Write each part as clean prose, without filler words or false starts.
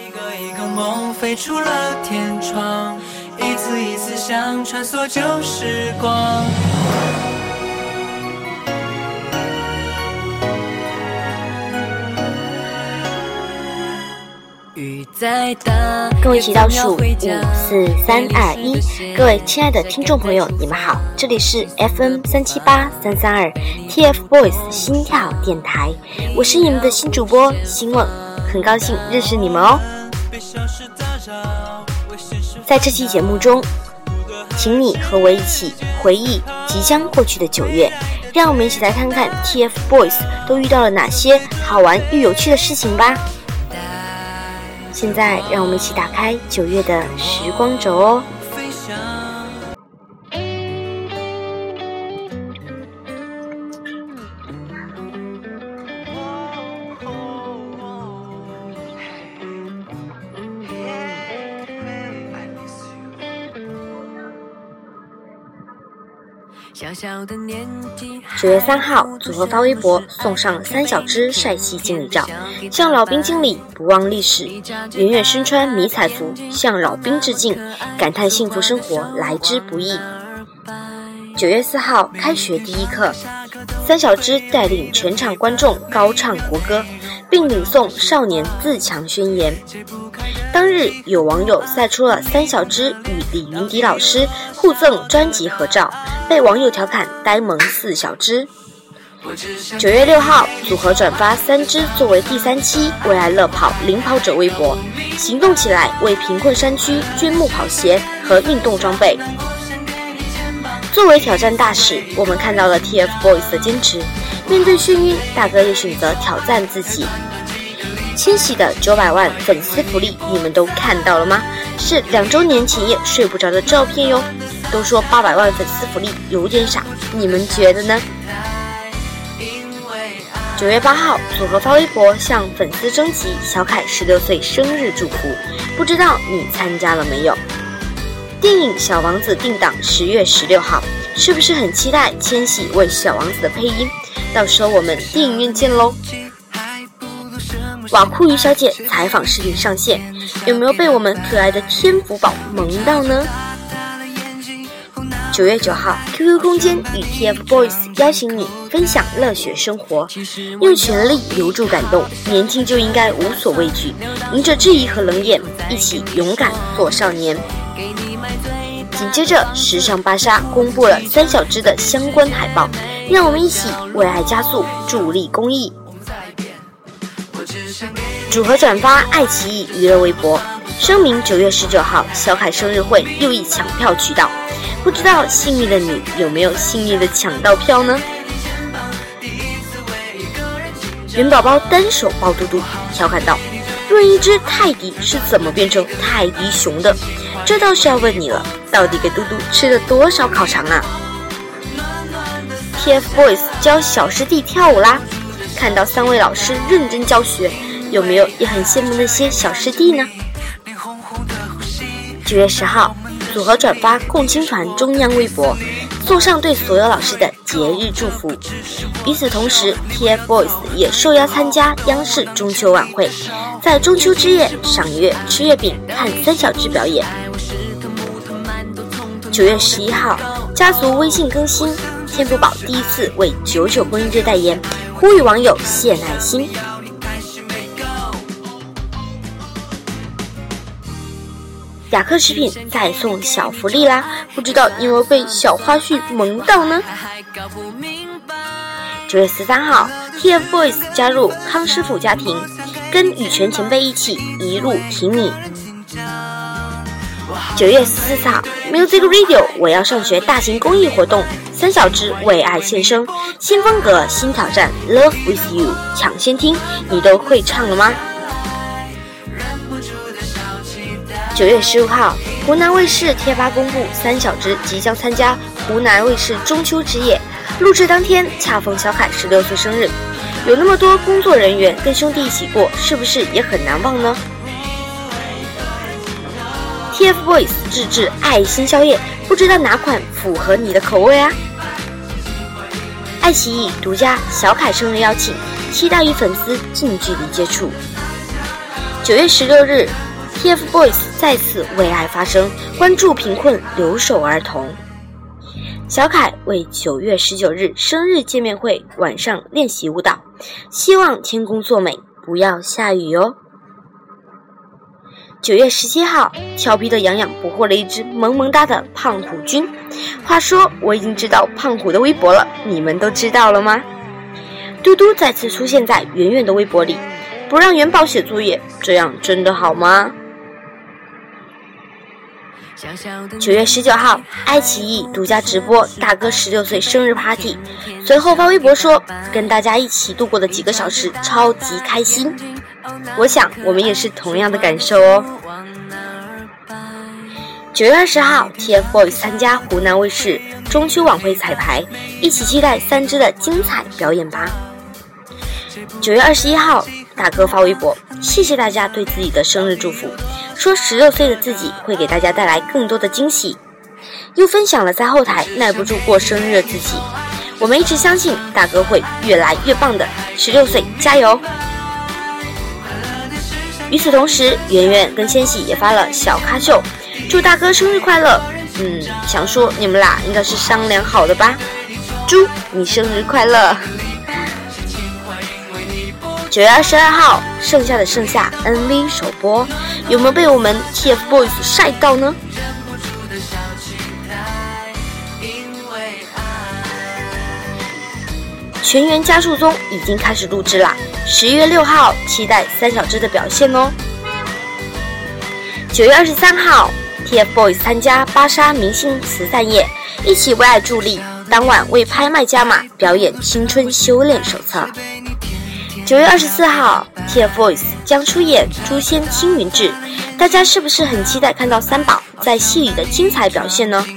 一个一个梦飞出了天窗，一次一次想穿梭旧时光。 跟我一起倒数5、4、3、2、1。各位亲爱的听众朋友，你们好，这里是 FM378-332 TFBOYS 心跳电台，我是你们的新主播欣吻，很高兴认识你们哦。在这期节目中，请你和我一起回忆即将过去的9月，让我们一起来看看 TFBOYS 都遇到了哪些好玩又有趣的事情吧。现在让我们一起打开9月的时光轴哦。9月3号，组合发微博送上3小只帅气经理照，向老兵经理不忘历史，远远身穿迷彩服向老兵致敬，感叹幸福生活来之不易。9月4号，开学第一课，3小只带领全场观众高唱国歌，并领诵少年自强宣言。当日有网友晒出了3小只与李云迪老师互赠专辑合照，被网友调侃呆萌4小只。9月6号，组合转发3只作为第3期为爱乐跑领跑者微博，行动起来为贫困山区捐募跑鞋和运动装备。作为挑战大使，我们看到了 TFBOYS 的坚持，面对眩晕，大哥也选择挑战自己。千玺的900万粉丝福利你们都看到了吗？是2周年前夜睡不着的照片哟。都说800万粉丝福利有点傻，你们觉得呢？9月8号，组合发微博向粉丝征集小凯16岁生日祝福，不知道你参加了没有？电影《小王子》定档10月16号，是不是很期待千玺为小王子的配音？到时候我们电影院见喽！瓦库鱼小姐采访视频上线，有没有被我们可爱的天福宝萌到呢？9月9号 ，QQ 空间与 TFBOYS 邀请你分享热血生活，用全力留住感动，年轻就应该无所畏惧，迎着质疑和冷眼，一起勇敢做少年。紧接着，时尚芭莎公布了3小只的相关海报，让我们一起为爱加速，助力公益。组合转发爱奇艺娱乐微博，声明9月19号小凯生日会又一抢票渠道，不知道幸运的你有没有幸运的抢到票呢？元宝宝单手抱嘟嘟，调侃道：问一只泰迪是怎么变成泰迪熊的？这倒是要问你了，到底给嘟嘟吃了多少烤肠啊？ TFBOYS 教小师弟跳舞啦！看到3位老师认真教学，有没有也很羡慕那些小师弟呢？9月10号，组合转发共青团中央微博，送上对所有老师的节日祝福。与此同时 ，TFBOYS 也受邀参加央视中秋晚会，在中秋之夜赏月、吃月饼、看3小只表演。9月11号，家族微信更新，天福宝第一次为99婚姻日代言，呼吁网友献爱心。雅克食品再送小福利啦，不知道你有没有被小花絮萌到呢？9月13号 ，TFBOYS 加入康师傅家庭，跟羽泉前辈一起一路挺你。9月14号 ，Music Radio 我要上学大型公益活动，3小只为爱献声，新风格新挑战 ，Love with You 抢先听，你都会唱了吗？9月15号，湖南卫视贴吧公布3小只即将参加湖南卫视中秋之夜，录制当天恰逢小凯16岁生日，有那么多工作人员跟兄弟一起过，是不是也很难忘呢？ TFBOYS 自制爱心宵夜，不知道哪款符合你的口味啊？爱奇艺独家小凯生日邀请，期待与粉丝近距离接触。 9月16日 TFBOYS 再次为爱发声，关注贫困留守儿童。小凯为9月19日生日见面会晚上练习舞蹈，希望天公作美，不要下雨哦。9月17号，调皮的洋洋捕获了一只萌萌哒的胖虎君。话说，我已经知道胖虎的微博了，你们都知道了吗？嘟嘟再次出现在圆圆的微博里，不让元宝写作业，这样真的好吗？9月19号，爱奇艺独家直播大哥16岁生日 party， 随后发微博说跟大家一起度过的几个小时超级开心。我想我们也是同样的感受哦。9月20号 TFBOYS 参加湖南卫视中秋晚会彩排，一起期待3支的精彩表演吧。9月21号，大哥发微博，谢谢大家对自己的生日祝福，说16岁的自己会给大家带来更多的惊喜，又分享了在后台耐不住过生日的自己。我们一直相信大哥会越来越棒的，16岁加油！与此同时，圆圆跟千玺也发了小咖秀，祝大哥生日快乐。想说你们俩应该是商量好的吧？祝你生日快乐！9月22号，剩下的剩下 NV 首播，有没有被我们 TFBOYS 晒到呢？全员加速中已经开始录制啦，11月6号期待3小只的表现哦。9月23号 TFBOYS 参加芭莎明星慈善夜，一起为爱助力，当晚为拍卖加码表演青春修炼手册。9月24号 TFBOYS 将出演《诛仙青云志》，大家是不是很期待看到三宝在戏里的精彩表现呢？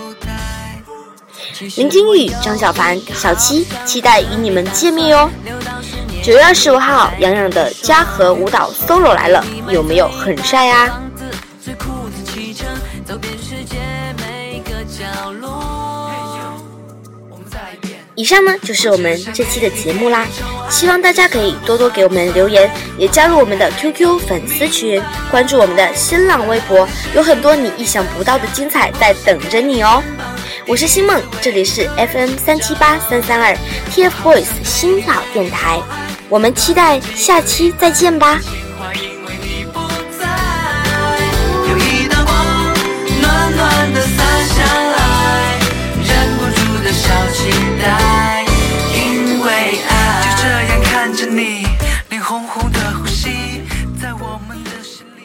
林君玉、张小凡、小七期待与你们见面哟。9月25号，洋洋的嘉禾舞蹈 solo 来了，有没有很帅啊？以上呢就是我们这期的节目啦，希望大家可以多多给我们留言，也加入我们的 QQ 粉丝群，关注我们的新浪微博，有很多你意想不到的精彩在等着你哦。我是星梦，这里是 FM378332 TFBOYS 新宝电台，我们期待下期再见吧。 有一道光暖暖的洒下来，忍不住的小期待，因为爱就这样看着你脸红红的呼吸，